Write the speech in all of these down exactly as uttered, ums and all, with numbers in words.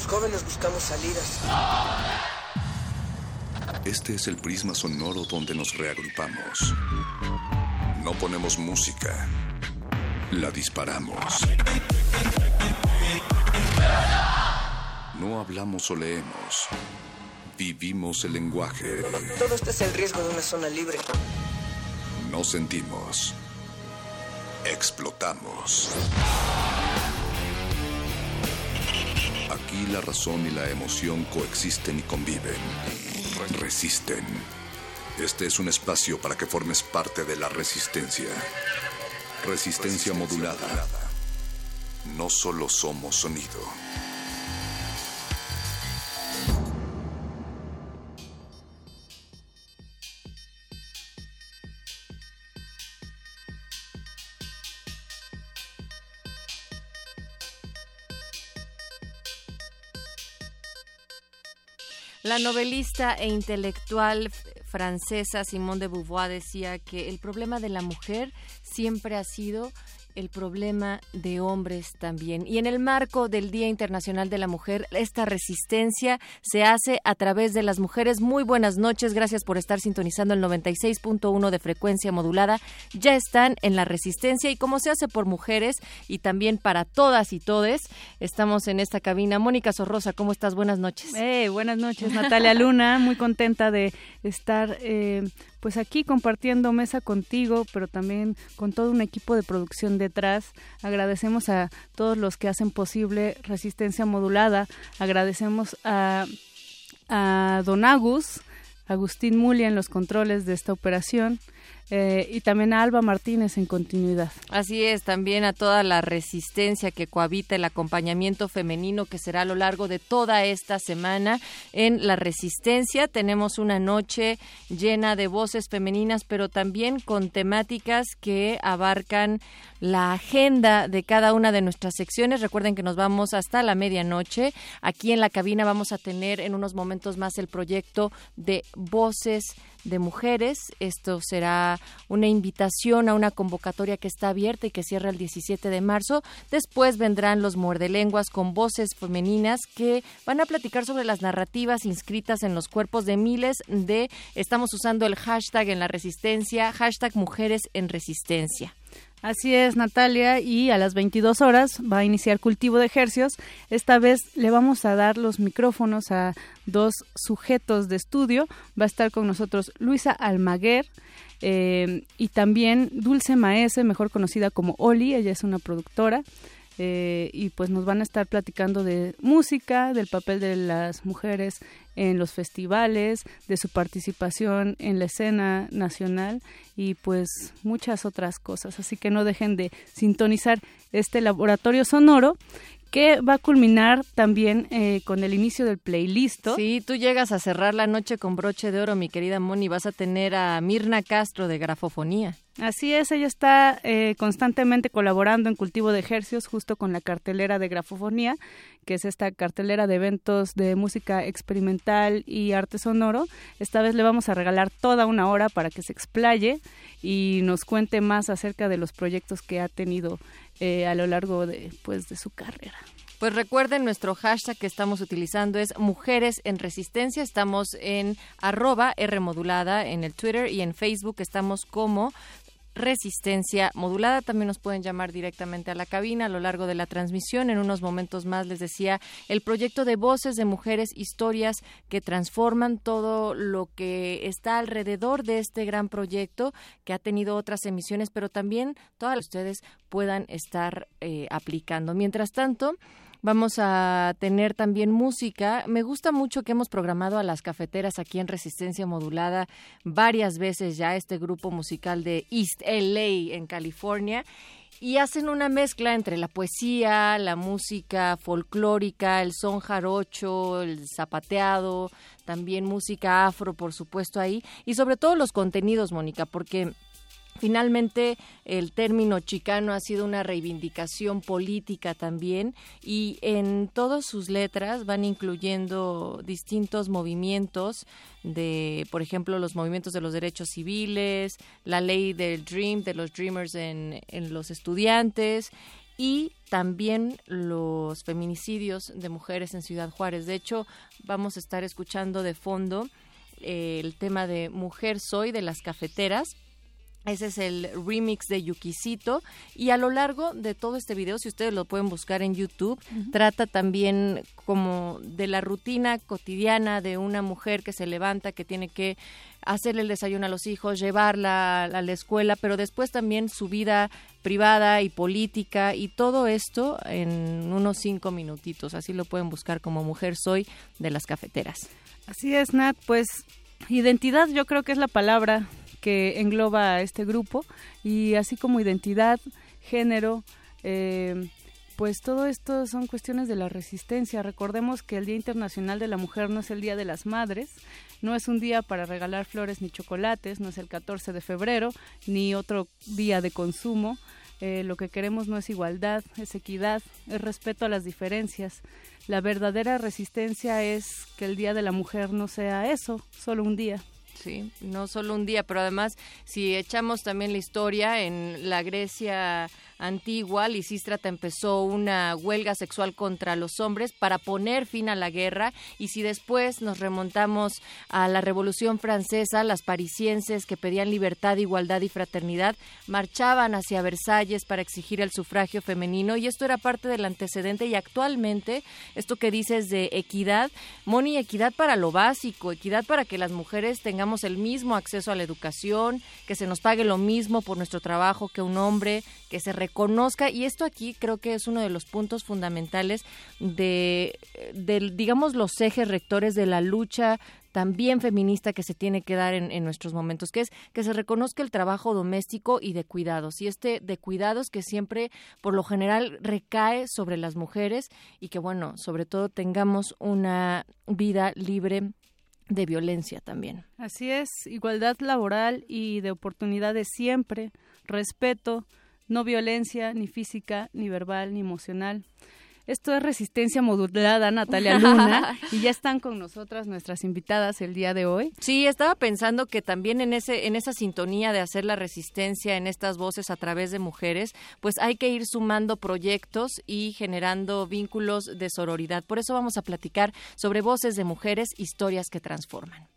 jóvenes buscamos salidas. Este es el Prisma Sonoro donde nos reagrupamos. No ponemos música, la disparamos. No hablamos o leemos, vivimos el lenguaje. Todo esto es el riesgo de una zona libre. No sentimos, explotamos. Aquí la razón y la emoción coexisten y conviven. Resisten. Este es un espacio para que formes parte de la resistencia. Resistencia modulada. No solo somos sonido. La novelista e intelectual francesa Simone de Beauvoir decía que el problema de la mujer siempre ha sido el problema de hombres también. Y en el marco del Día Internacional de la Mujer, esta resistencia se hace a través de las mujeres. Muy buenas noches, gracias por estar sintonizando el noventa y seis punto uno de frecuencia modulada. Ya están en la resistencia y como se hace por mujeres y también para todas y todes, estamos en esta cabina. Mónica Sorrosa, ¿cómo estás? Buenas noches. Eh, buenas noches, Natalia Luna, muy contenta de estar eh, pues aquí compartiendo mesa contigo, pero también con todo un equipo de producción detrás. Agradecemos a todos los que hacen posible Resistencia Modulada. Agradecemos a, a Don Agus, Agustín Mulia en los controles de esta operación. Eh, y también a Alba Martínez en continuidad. Así es, también a toda la resistencia que cohabita el acompañamiento femenino que será a lo largo de toda esta semana en la resistencia. Tenemos una noche llena de voces femeninas, pero también con temáticas que abarcan la agenda de cada una de nuestras secciones. Recuerden que nos vamos hasta la medianoche. Aquí en la cabina vamos a tener en unos momentos más el proyecto de Voces de Mujeres. Esto será una invitación a una convocatoria que está abierta y que cierra el diecisiete de marzo. Después vendrán los muerdelenguas con voces femeninas que van a platicar sobre las narrativas inscritas en los cuerpos de miles de, estamos usando el hashtag en la resistencia, hashtag Mujeres en Resistencia. Así es, Natalia, y a las veintidós horas va a iniciar Cultivo de Ejercicios. Esta vez le vamos a dar los micrófonos a dos sujetos de estudio. Va a estar con nosotros Luisa Almaguer eh, y también Dulce Maese, mejor conocida como Oli. Ella es una productora. Eh, y pues nos van a estar platicando de música, del papel de las mujeres en los festivales, de su participación en la escena nacional y pues muchas otras cosas. Así que no dejen de sintonizar este laboratorio sonoro que va a culminar también eh, con el inicio del playlist. Sí, tú llegas a cerrar la noche con broche de oro, mi querida Moni. Vas a tener a Mirna Castro de Grafofonía. Así es, ella está eh, constantemente colaborando en Cultivo de Ejercicios justo con la cartelera de Grafofonía, que es esta cartelera de eventos de música experimental y arte sonoro. Esta vez le vamos a regalar toda una hora para que se explaye y nos cuente más acerca de los proyectos que ha tenido eh, a lo largo de, pues, de su carrera. Pues recuerden, nuestro hashtag que estamos utilizando es Mujeres en Resistencia. Estamos en arroba R modulada en el Twitter y en Facebook estamos como Resistencia Modulada. También nos pueden llamar directamente a la cabina a lo largo de la transmisión. En unos momentos más les decía el proyecto de Voces de Mujeres, historias que transforman, todo lo que está alrededor de este gran proyecto que ha tenido otras emisiones, pero también todas ustedes puedan estar eh, aplicando. Mientras tanto, vamos a tener también música. Me gusta mucho que hemos programado a las cafeteras aquí en Resistencia Modulada varias veces ya, este grupo musical de East L A en California, y hacen una mezcla entre la poesía, la música folclórica, el son jarocho, el zapateado, también música afro, por supuesto, ahí, y sobre todo los contenidos, Mónica, porque finalmente, el término chicano ha sido una reivindicación política también, y en todas sus letras van incluyendo distintos movimientos de, por ejemplo, los movimientos de los derechos civiles, la ley del Dream, de los Dreamers en, en los estudiantes, y también los feminicidios de mujeres en Ciudad Juárez. De hecho, vamos a estar escuchando de fondo eh, el tema de Mujer Soy de Las Cafeteras. Ese es el remix de Yukisito, y a lo largo de todo este video, si ustedes lo pueden buscar en YouTube, uh-huh. trata también como de la rutina cotidiana de una mujer que se levanta, que tiene que hacerle el desayuno a los hijos, llevarla a la escuela, pero después también su vida privada y política, y todo esto en unos cinco minutitos. Así lo pueden buscar como Mujer Soy de Las Cafeteras. Así es, Nat, pues identidad yo creo que es la palabra que engloba a este grupo, y así como identidad, género, eh, pues todo esto son cuestiones de la resistencia. Recordemos que el Día Internacional de la Mujer no es el Día de las Madres, no es un día para regalar flores ni chocolates, no es el catorce de febrero, ni otro día de consumo. Eh, lo que queremos no es igualdad, es equidad, es respeto a las diferencias. La verdadera resistencia es que el Día de la Mujer no sea eso, solo un día. Sí, no solo un día, pero además, si echamos también la historia, en la Grecia antigua, Lisístrata empezó una huelga sexual contra los hombres para poner fin a la guerra, y si después nos remontamos a la Revolución Francesa, las parisienses que pedían libertad, igualdad y fraternidad marchaban hacia Versalles para exigir el sufragio femenino, y esto era parte del antecedente. Y actualmente, esto que dices de equidad, Moni, equidad para lo básico, equidad para que las mujeres tengamos el mismo acceso a la educación, que se nos pague lo mismo por nuestro trabajo que un hombre, que se reconozca, y esto aquí creo que es uno de los puntos fundamentales de, de digamos, los ejes rectores de la lucha también feminista que se tiene que dar en, en nuestros momentos, que es que se reconozca el trabajo doméstico y de cuidados, y este de cuidados que siempre, por lo general, recae sobre las mujeres, y que, bueno, sobre todo tengamos una vida libre de violencia también. Así es, igualdad laboral y de oportunidades siempre, respeto, no violencia, ni física, ni verbal, ni emocional. Esto es Resistencia Modulada, Natalia Luna, y ya están con nosotras nuestras invitadas el día de hoy. Sí, estaba pensando que también en ese en esa sintonía de hacer la resistencia en estas voces a través de mujeres, pues hay que ir sumando proyectos y generando vínculos de sororidad. Por eso vamos a platicar sobre Voces de Mujeres, historias que transforman.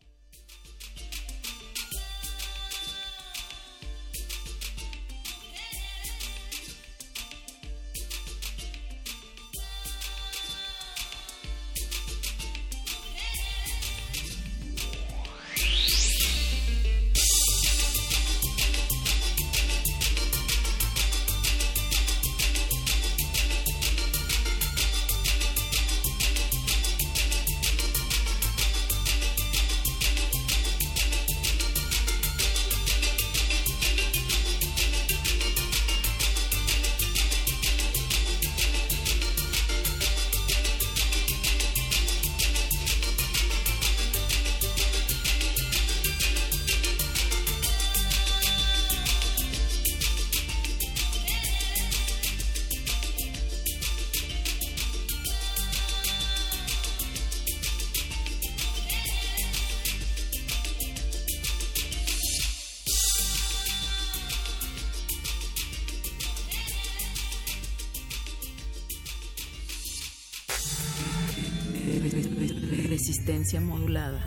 Resistencia modulada.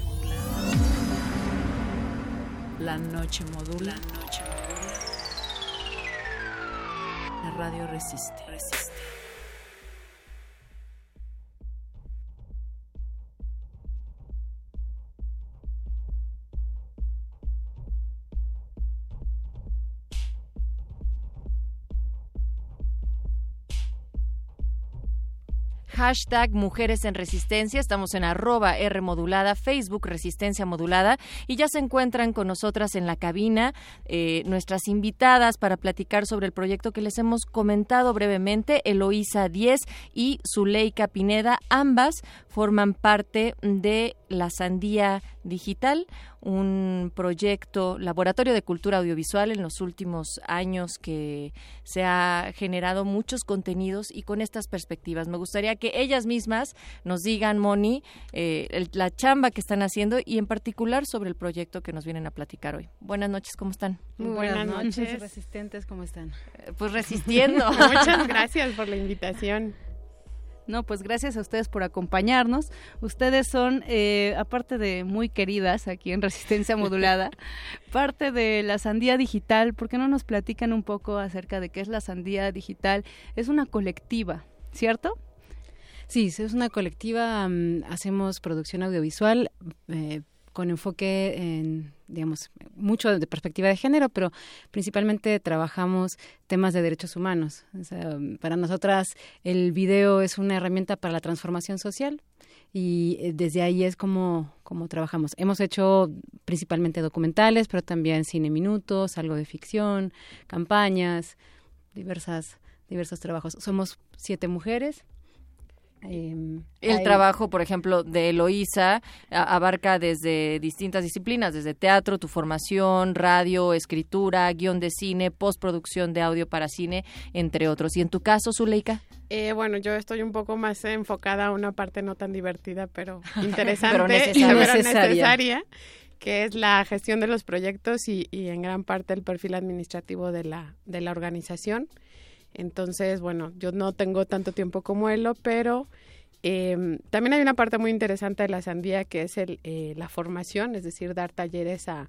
La noche modula. La noche modula. La radio resiste. Resiste. Hashtag Mujeres en Resistencia, estamos en arroba R modulada, Facebook Resistencia Modulada, y ya se encuentran con nosotras en la cabina eh, nuestras invitadas para platicar sobre el proyecto que les hemos comentado brevemente. Eloísa Díez y Zuleika Pineda, ambas forman parte de La Sandía Digital, un proyecto, laboratorio de cultura audiovisual en los últimos años que se ha generado muchos contenidos y con estas perspectivas. Me gustaría que ellas mismas nos digan, Moni, eh, el, la chamba que están haciendo y en particular sobre el proyecto que nos vienen a platicar hoy. Buenas noches, ¿cómo están? Muy buenas, buenas noches. noches, resistentes, ¿cómo están? Eh, pues resistiendo. Muchas gracias por la invitación. No, pues gracias a ustedes por acompañarnos. Ustedes son, eh, aparte de muy queridas aquí en Resistencia Modulada, parte de La Sandía Digital. ¿Por qué no nos platican un poco acerca de qué es La Sandía Digital? Es una colectiva, ¿cierto? Sí, es una colectiva, um, hacemos producción audiovisual eh, con enfoque en, digamos, mucho de perspectiva de género, pero principalmente trabajamos temas de derechos humanos. O sea, para nosotras el video es una herramienta para la transformación social y desde ahí es como, como trabajamos. Hemos hecho principalmente documentales, pero también cine minutos, algo de ficción, campañas, diversas, diversos trabajos. Somos siete mujeres. Eh, el hay... trabajo, por ejemplo, de Eloísa a, abarca desde distintas disciplinas, desde teatro, tu formación, radio, escritura, guión de cine, postproducción de audio para cine, entre otros. ¿Y en tu caso, Zuleika? Eh, bueno, yo estoy un poco más enfocada a una parte no tan divertida, pero interesante, pero necesaria. pero necesaria, que es la gestión de los proyectos y, y en gran parte el perfil administrativo de la, de la organización. Entonces, bueno, yo no tengo tanto tiempo como Elo, pero eh, también hay una parte muy interesante de La Sandía que es el, eh, la formación, es decir, dar talleres a,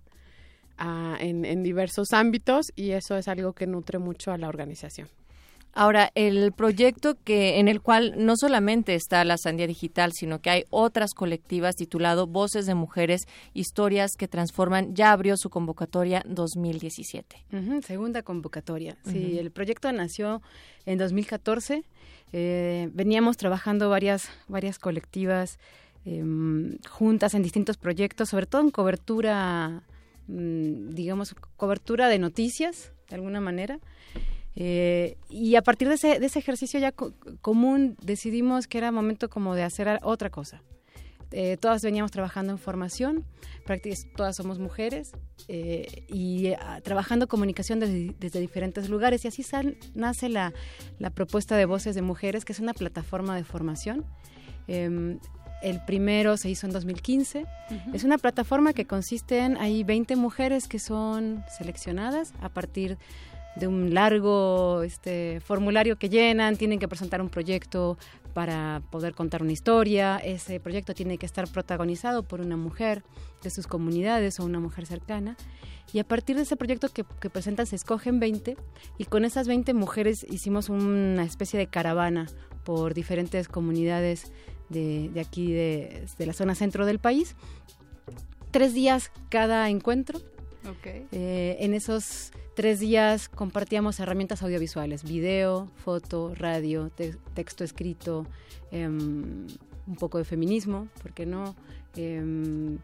a, en, en diversos ámbitos y eso es algo que nutre mucho a la organización. Ahora, el proyecto que en el cual no solamente está La Sandía Digital, sino que hay otras colectivas titulado Voces de Mujeres, Historias que Transforman, ya abrió su convocatoria dos mil diecisiete. Uh-huh, segunda convocatoria. Uh-huh. Sí, el proyecto nació en dos mil catorce. Eh, veníamos trabajando varias, varias colectivas eh, juntas en distintos proyectos, sobre todo en cobertura, mmm, digamos, cobertura de noticias, de alguna manera. Eh, y a partir de ese, de ese ejercicio ya co- común decidimos que era momento como de hacer otra cosa. Eh, todas veníamos trabajando en formación, prácticamente todas somos mujeres eh, y eh, trabajando comunicación desde, desde diferentes lugares y así sal, nace la, la propuesta de Voces de Mujeres, que es una plataforma de formación. Eh, el primero se hizo en dos mil quince. Uh-huh. Es una plataforma que consiste en, hay veinte mujeres que son seleccionadas a partir de un largo este, formulario que llenan, tienen que presentar un proyecto para poder contar una historia. Ese proyecto tiene que estar protagonizado por una mujer de sus comunidades o una mujer cercana. Y a partir de ese proyecto que, que presentan se escogen veinte y con esas veinte mujeres hicimos una especie de caravana por diferentes comunidades de, de aquí, de, de la zona centro del país. Tres días cada encuentro. Okay. Eh, en esos tres días compartíamos herramientas audiovisuales, video, foto, radio, te- texto escrito, eh, un poco de feminismo, ¿por qué no? Eh,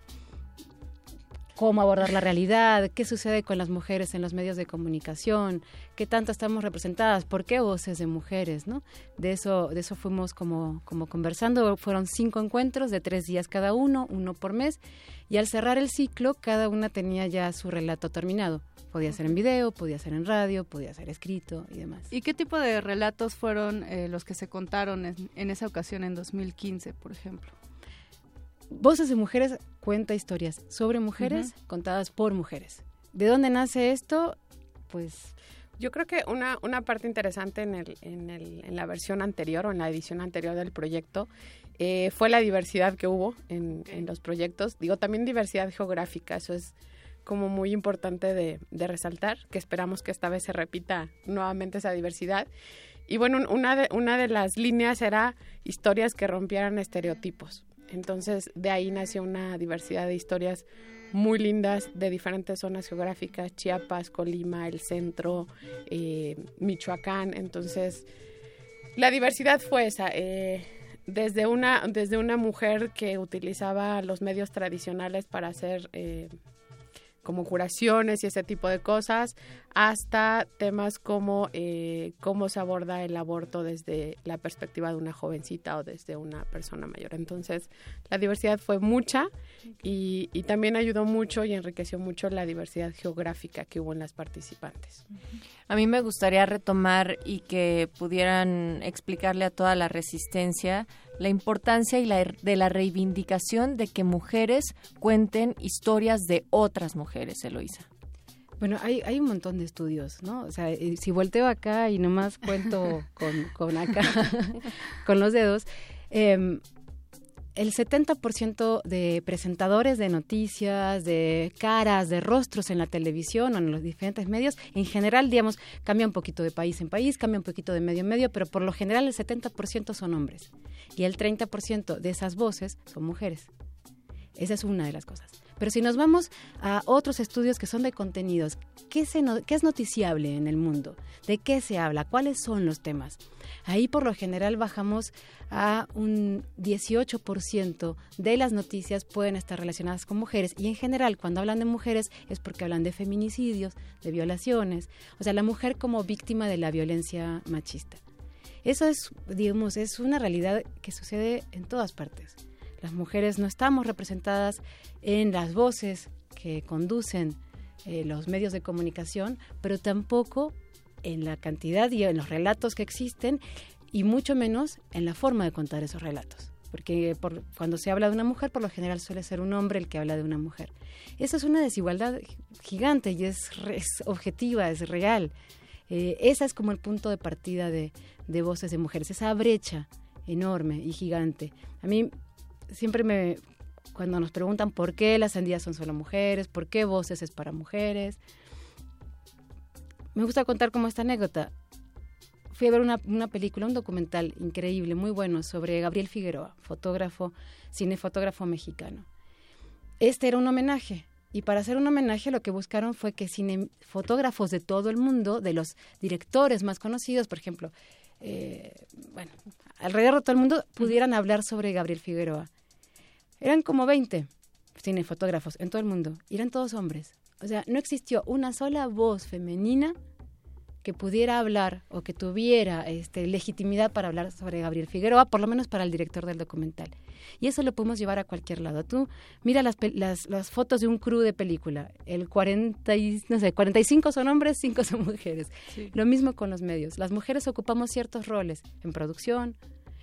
cómo abordar la realidad, qué sucede con las mujeres en los medios de comunicación, qué tanto estamos representadas, por qué voces de mujeres, ¿no? De eso, de eso fuimos como, como conversando, fueron cinco encuentros de tres días cada uno, uno por mes, y al cerrar el ciclo, cada una tenía ya su relato terminado. Podía ser en video, podía ser en radio, podía ser escrito y demás. ¿Y qué tipo de relatos fueron eh, los que se contaron en, en esa ocasión, en dos mil quince, por ejemplo? Voces de Mujeres cuenta historias sobre mujeres uh-huh. contadas por mujeres. ¿De dónde nace esto? Pues yo creo que una, una parte interesante en, el, en, el, en la versión anterior o en la edición anterior del proyecto eh, fue la diversidad que hubo en, en los proyectos. Digo, también diversidad geográfica, eso es como muy importante de, de resaltar, que esperamos que esta vez se repita nuevamente esa diversidad. Y bueno, una de, una de las líneas era historias que rompieran estereotipos. Entonces, de ahí nació una diversidad de historias muy lindas de diferentes zonas geográficas, Chiapas, Colima, el centro, eh, Michoacán. Entonces, la diversidad fue esa, eh, desde una, desde una mujer que utilizaba los medios tradicionales para hacer, eh, como curaciones y ese tipo de cosas, hasta temas como eh, cómo se aborda el aborto desde la perspectiva de una jovencita o desde una persona mayor. Entonces, la diversidad fue mucha y, y también ayudó mucho y enriqueció mucho la diversidad geográfica que hubo en las participantes. A mí me gustaría retomar y que pudieran explicarle a toda la resistencia la importancia y la, de la reivindicación de que mujeres cuenten historias de otras mujeres, Eloísa. Bueno, hay, hay un montón de estudios, ¿no? O sea, si volteo acá y nomás cuento con, con acá, con los dedos, eh, el setenta por ciento de presentadores de noticias, de caras, de rostros en la televisión o en los diferentes medios, en general, digamos, cambia un poquito de país en país, cambia un poquito de medio en medio, pero por lo general el setenta por ciento son hombres y el treinta por ciento de esas voces son mujeres. Esa es una de las cosas. Pero si nos vamos a otros estudios que son de contenidos, ¿qué, se no, ¿qué es noticiable en el mundo? ¿De qué se habla? ¿Cuáles son los temas? Ahí por lo general bajamos a un dieciocho por ciento de las noticias pueden estar relacionadas con mujeres y en general cuando hablan de mujeres es porque hablan de feminicidios, de violaciones, o sea, la mujer como víctima de la violencia machista. Eso es, digamos, es una realidad que sucede en todas partes. Las mujeres no estamos representadas en las voces que conducen eh, los medios de comunicación, pero tampoco en la cantidad y en los relatos que existen y mucho menos en la forma de contar esos relatos. Porque por, cuando se habla de una mujer, por lo general suele ser un hombre el que habla de una mujer. Esa es una desigualdad gigante y es, es objetiva, es real. Eh, ese es como el punto de partida de, de voces de mujeres, esa brecha enorme y gigante. A mí siempre me, cuando nos preguntan por qué las sandías son solo mujeres, por qué Voces es para mujeres, me gusta contar como esta anécdota. Fui a ver una, una película, un documental increíble, muy bueno, sobre Gabriel Figueroa, fotógrafo, cinefotógrafo mexicano. Este era un homenaje, y para hacer un homenaje lo que buscaron fue que cinefotógrafos de todo el mundo, de los directores más conocidos, por ejemplo, eh, bueno, alrededor de todo el mundo, pudieran hablar sobre Gabriel Figueroa. Eran como veinte cinefotógrafos en todo el mundo, y eran todos hombres. O sea, no existió una sola voz femenina que pudiera hablar o que tuviera este, legitimidad para hablar sobre Gabriel Figueroa, por lo menos para el director del documental. Y eso lo podemos llevar a cualquier lado. Tú mira las, las, las fotos de un crew de película, el cuarenta, no sé, cuarenta y cinco son hombres, cinco son mujeres. Sí. Lo mismo con los medios. Las mujeres ocupamos ciertos roles en producción,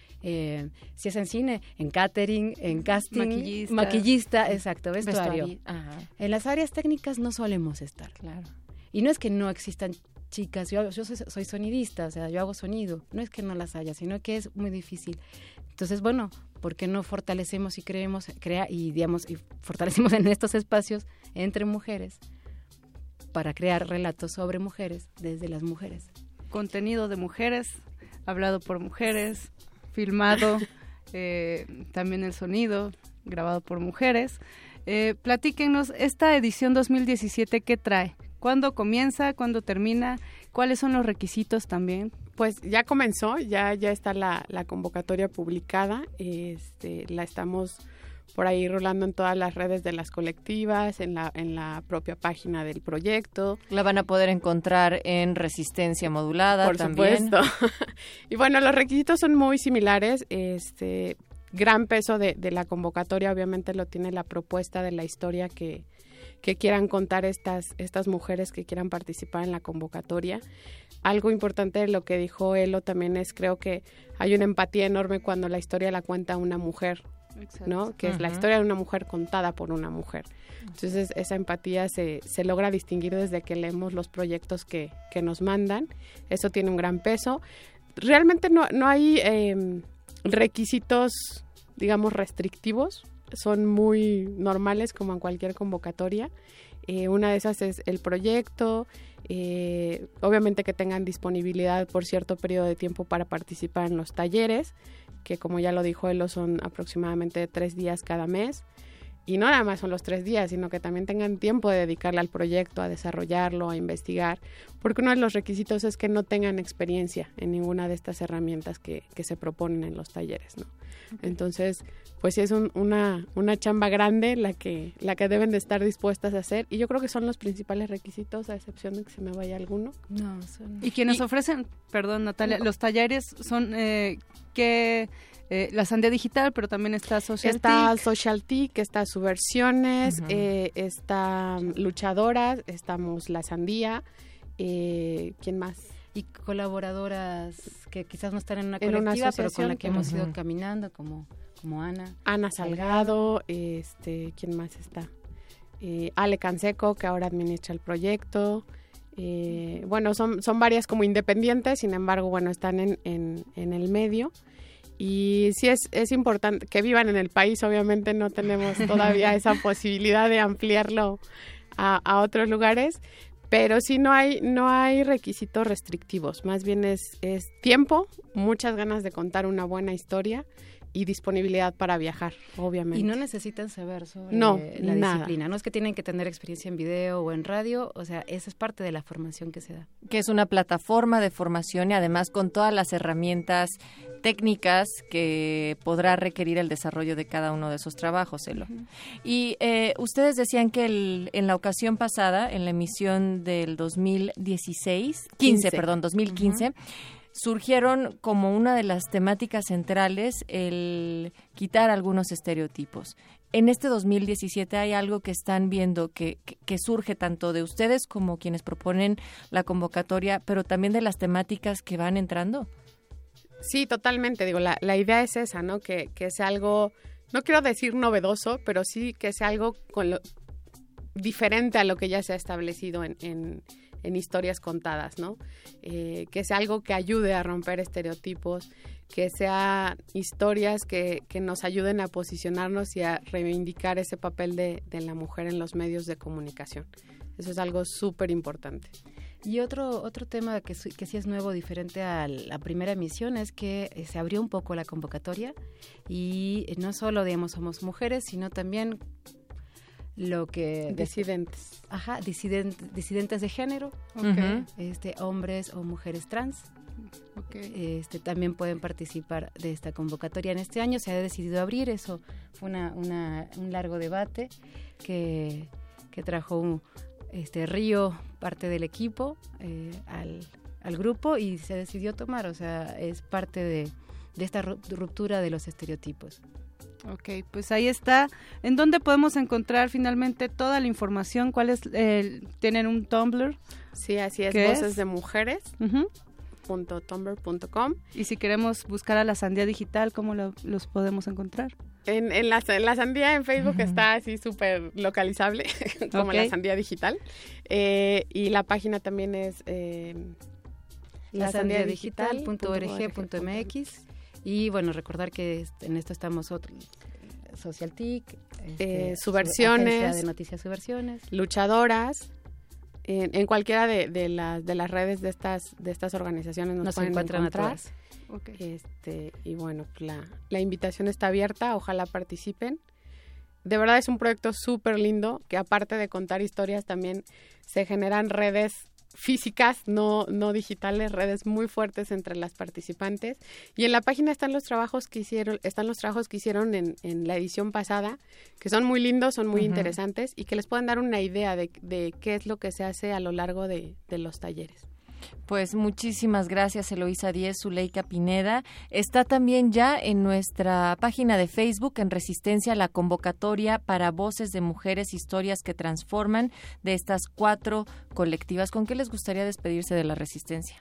eh, si es en cine, en catering, en casting, maquillista, maquillista exacto, vestuario. vestuario. Ajá. En las áreas técnicas no solemos estar. Claro. Y no es que no existan chicas, yo, yo soy, soy sonidista, o sea, yo hago sonido, no es que no las haya, sino que es muy difícil. Entonces, bueno, ¿por qué no fortalecemos y creemos, crea y digamos y fortalecemos en estos espacios entre mujeres para crear relatos sobre mujeres desde las mujeres? Contenido de mujeres, hablado por mujeres, filmado, eh, también el sonido, grabado por mujeres. Eh, platíquenos, esta edición dos mil diecisiete, ¿qué trae? ¿Cuándo comienza? ¿Cuándo termina? ¿Cuáles son los requisitos también? Pues ya comenzó, ya ya está la, la convocatoria publicada, este, la estamos por ahí rolando en todas las redes de las colectivas, en la en la propia página del proyecto. La van a poder encontrar en Resistencia Modulada por también. Supuesto. Y bueno, los requisitos son muy similares, este, gran peso de, de la convocatoria obviamente lo tiene la propuesta de la historia que que quieran contar estas, estas mujeres que quieran participar en la convocatoria. Algo importante de lo que dijo Elo también es, creo que hay una empatía enorme cuando la historia la cuenta una mujer, exacto, ¿no? Que uh-huh. es la historia de una mujer contada por una mujer. Entonces, esa empatía se, se logra distinguir desde que leemos los proyectos que, que nos mandan. Eso tiene un gran peso. Realmente no, no hay eh, requisitos, digamos, restrictivos. Son muy normales como en cualquier convocatoria. Eh, una de esas es el proyecto, eh, obviamente que tengan disponibilidad por cierto periodo de tiempo para participar en los talleres, que como ya lo dijo Elo son aproximadamente tres días cada mes. Y no nada más son los tres días, sino que también tengan tiempo de dedicarle al proyecto, a desarrollarlo, a investigar, porque uno de los requisitos es que no tengan experiencia en ninguna de estas herramientas que, que se proponen en los talleres, ¿no? Okay. Entonces, pues sí es un, una, una chamba grande la que, la que deben de estar dispuestas a hacer, y yo creo que son los principales requisitos, a excepción de que se me vaya alguno. No, son... Y quienes y... ofrecen, perdón Natalia, no. los talleres son eh, que... Eh, la Sandía Digital, pero también está Social está T I C. Social T I C, está Subversiones, Uh-huh. eh, está Luchadoras, estamos La Sandía, eh, ¿quién más? Y colaboradoras que quizás no están en una En una colectiva, pero con asociación. la que hemos Uh-huh. ido caminando, como, como Ana. Ana Salgado, este, ¿quién más está? Eh, Ale Canseco, que ahora administra el proyecto. Eh, bueno, son, son varias como independientes, sin embargo, bueno, están en, en, en el medio. Y sí es, es importante que vivan en el país, obviamente no tenemos todavía esa posibilidad de ampliarlo a, a otros lugares, pero sí no hay, no hay requisitos restrictivos, más bien es, es tiempo, muchas ganas de contar una buena historia y disponibilidad para viajar, obviamente. Y no necesitan saber sobre no, la nada. disciplina, no es que tienen que tener experiencia en video o en radio, o sea, esa es parte de la formación que se da. Que es una plataforma de formación y además con todas las herramientas técnicas que podrá requerir el desarrollo de cada uno de esos trabajos, Elo. Uh-huh. Y eh, ustedes decían que el, en la ocasión pasada, en la emisión del dos mil dieciséis, quince, perdón, dos mil quince, uh-huh. surgieron como una de las temáticas centrales el quitar algunos estereotipos. En este dos mil diecisiete hay algo que están viendo que, que, que surge tanto de ustedes como quienes proponen la convocatoria, pero también de las temáticas que van entrando. Sí, totalmente. Digo, la, la idea es esa, ¿no? Que, que sea algo, no quiero decir novedoso, pero sí que sea algo con lo, diferente a lo que ya se ha establecido en, en, en historias contadas, ¿no? Eh, que sea algo que ayude a romper estereotipos, que sea historias que, que nos ayuden a posicionarnos y a reivindicar ese papel de, de la mujer en los medios de comunicación. Eso es algo súper importante. Y otro otro tema que, que sí es nuevo, diferente a la primera emisión, es que se abrió un poco la convocatoria y no solo, digamos, somos mujeres, sino también lo que... Disidentes. Ajá, disident, disidentes de género, okay. este, hombres o mujeres trans. Okay. Este, también pueden participar de esta convocatoria. En este año se ha decidido abrir, eso fue una, una, un largo debate que, que trajo un... Este Río, parte del equipo, eh, al, al grupo y se decidió tomar, o sea, es parte de, de esta ruptura de los estereotipos. Ok, pues ahí está. ¿En dónde podemos encontrar finalmente toda la información? ¿Cuál es? Eh, ¿Tienen un Tumblr? Sí, así es, ¿Qué Voces es? de Mujeres. Uh-huh. .tumblr punto com. Y si queremos buscar a La Sandía Digital, ¿cómo lo, los podemos encontrar? En, en, la, en La Sandía en Facebook uh-huh. está así súper localizable, como okay. La Sandía Digital. Eh, y la página también es eh, la sandía digital punto org punto m x. Y bueno, recordar que en esto estamos otro, Social T I C, este, eh, Subversiones, de Noticias Subversiones, Luchadoras. En, en cualquiera de, de, las, de las redes de estas de estas organizaciones nos, nos pueden encuentran encontrar. A todas. Okay. Este, y bueno, la, la invitación está abierta, ojalá participen. De verdad es un proyecto súper lindo, que aparte de contar historias también se generan redes físicas, no, no digitales, redes muy fuertes entre las participantes. Y en la página están los trabajos que hicieron, están los trabajos que hicieron en, en la edición pasada, que son muy lindos, son muy uh-huh. interesantes y que les pueden dar una idea de, de qué es lo que se hace a lo largo de, de los talleres. Pues muchísimas gracias, Eloísa Díez, Zuleika Pineda. Está también ya en nuestra página de Facebook, en Resistencia, la convocatoria para Voces de Mujeres, Historias que Transforman, de estas cuatro colectivas. ¿Con qué les gustaría despedirse de la Resistencia?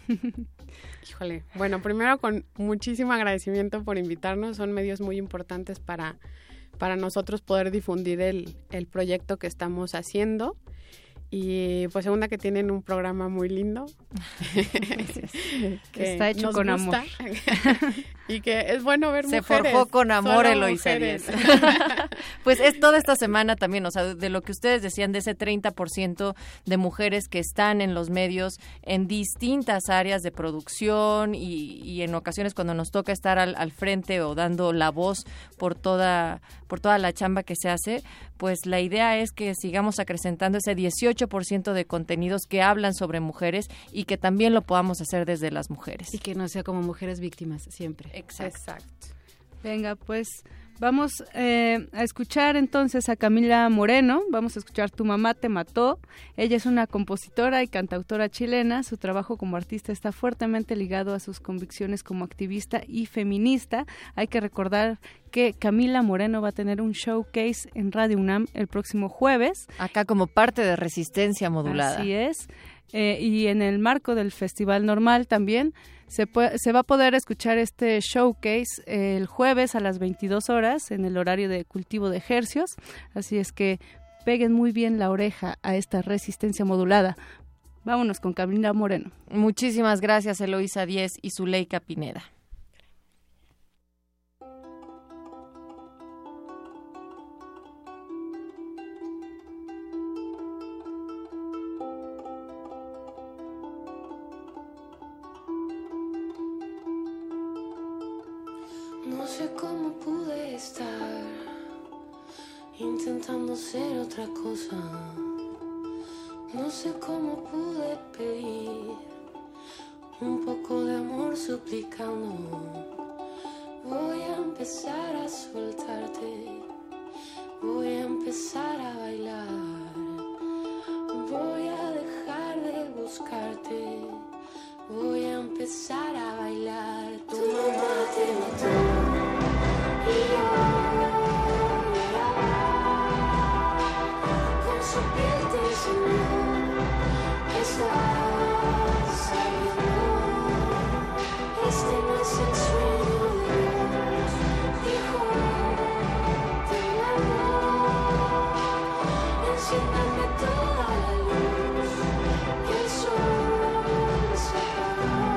Híjole, bueno, primero con muchísimo agradecimiento por invitarnos. Son medios muy importantes para, para nosotros poder difundir el, el proyecto que estamos haciendo. Y pues segunda, que tienen un programa muy lindo. que está hecho con gusta. amor. y que es bueno ver Se mujeres. Se forjó con amor Eloísa Díez. Pues es toda esta semana también, o sea, de lo que ustedes decían, de ese treinta por ciento de mujeres que están en los medios en distintas áreas de producción y, y en ocasiones cuando nos toca estar al, al frente o dando la voz por toda, por toda la chamba que se hace, pues la idea es que sigamos acrecentando ese dieciocho por ciento de contenidos que hablan sobre mujeres y que también lo podamos hacer desde las mujeres. Y que no sea como mujeres víctimas, siempre. Exacto. Exacto. Venga, pues vamos eh, a escuchar entonces a Camila Moreno, vamos a escuchar Tu mamá te mató. Ella es una compositora y cantautora chilena, su trabajo como artista está fuertemente ligado a sus convicciones como activista y feminista. Hay que recordar que Camila Moreno va a tener un showcase en Radio UNAM el próximo jueves. Acá como parte de Resistencia Modulada. Así es. Eh, y en el marco del Festival Normal también se, puede, se va a poder escuchar este showcase eh, el jueves a las veintidós horas en el horario de cultivo de hercios, así es que peguen muy bien la oreja a esta Resistencia Modulada. Vámonos con Camila Moreno. Muchísimas gracias, Eloísa Díez y Zuleika Pineda. No sé cómo pude estar intentando ser otra cosa. No sé cómo pude pedir un poco de amor suplicando. Voy a empezar a soltarte, voy a empezar a bailar, voy a dejar de buscarte, voy a empezar a bailar. Tu mamá te mató y yo con su piel te enseñó. Estás sabiendo, este no es el sueño de Dios. Hijo, te amo, enciéndame toda la luz, que el sol se apaga.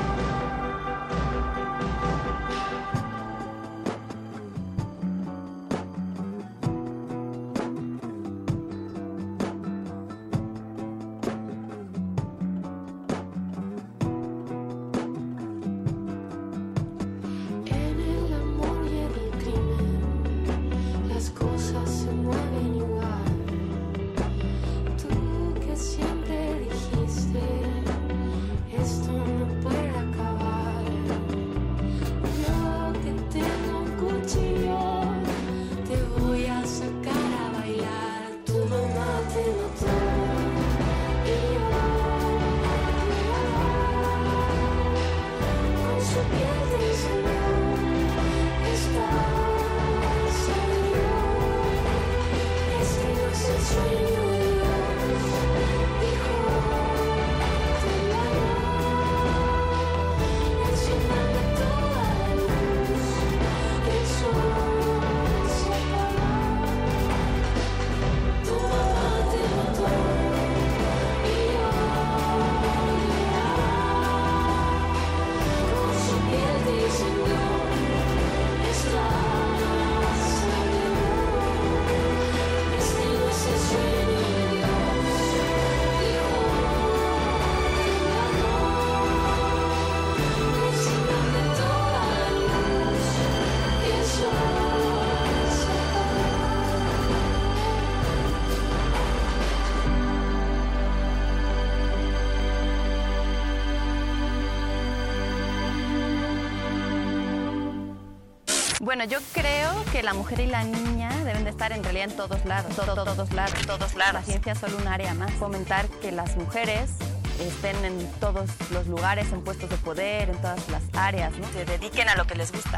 Bueno, yo creo que la mujer y la niña deben de estar en realidad en todos lados, todos, todos lados, todos lados. La ciencia es solo un área más. Fomentar que las mujeres estén en todos los lugares, en puestos de poder, en todas las áreas, ¿no? Se dediquen a lo que les gusta.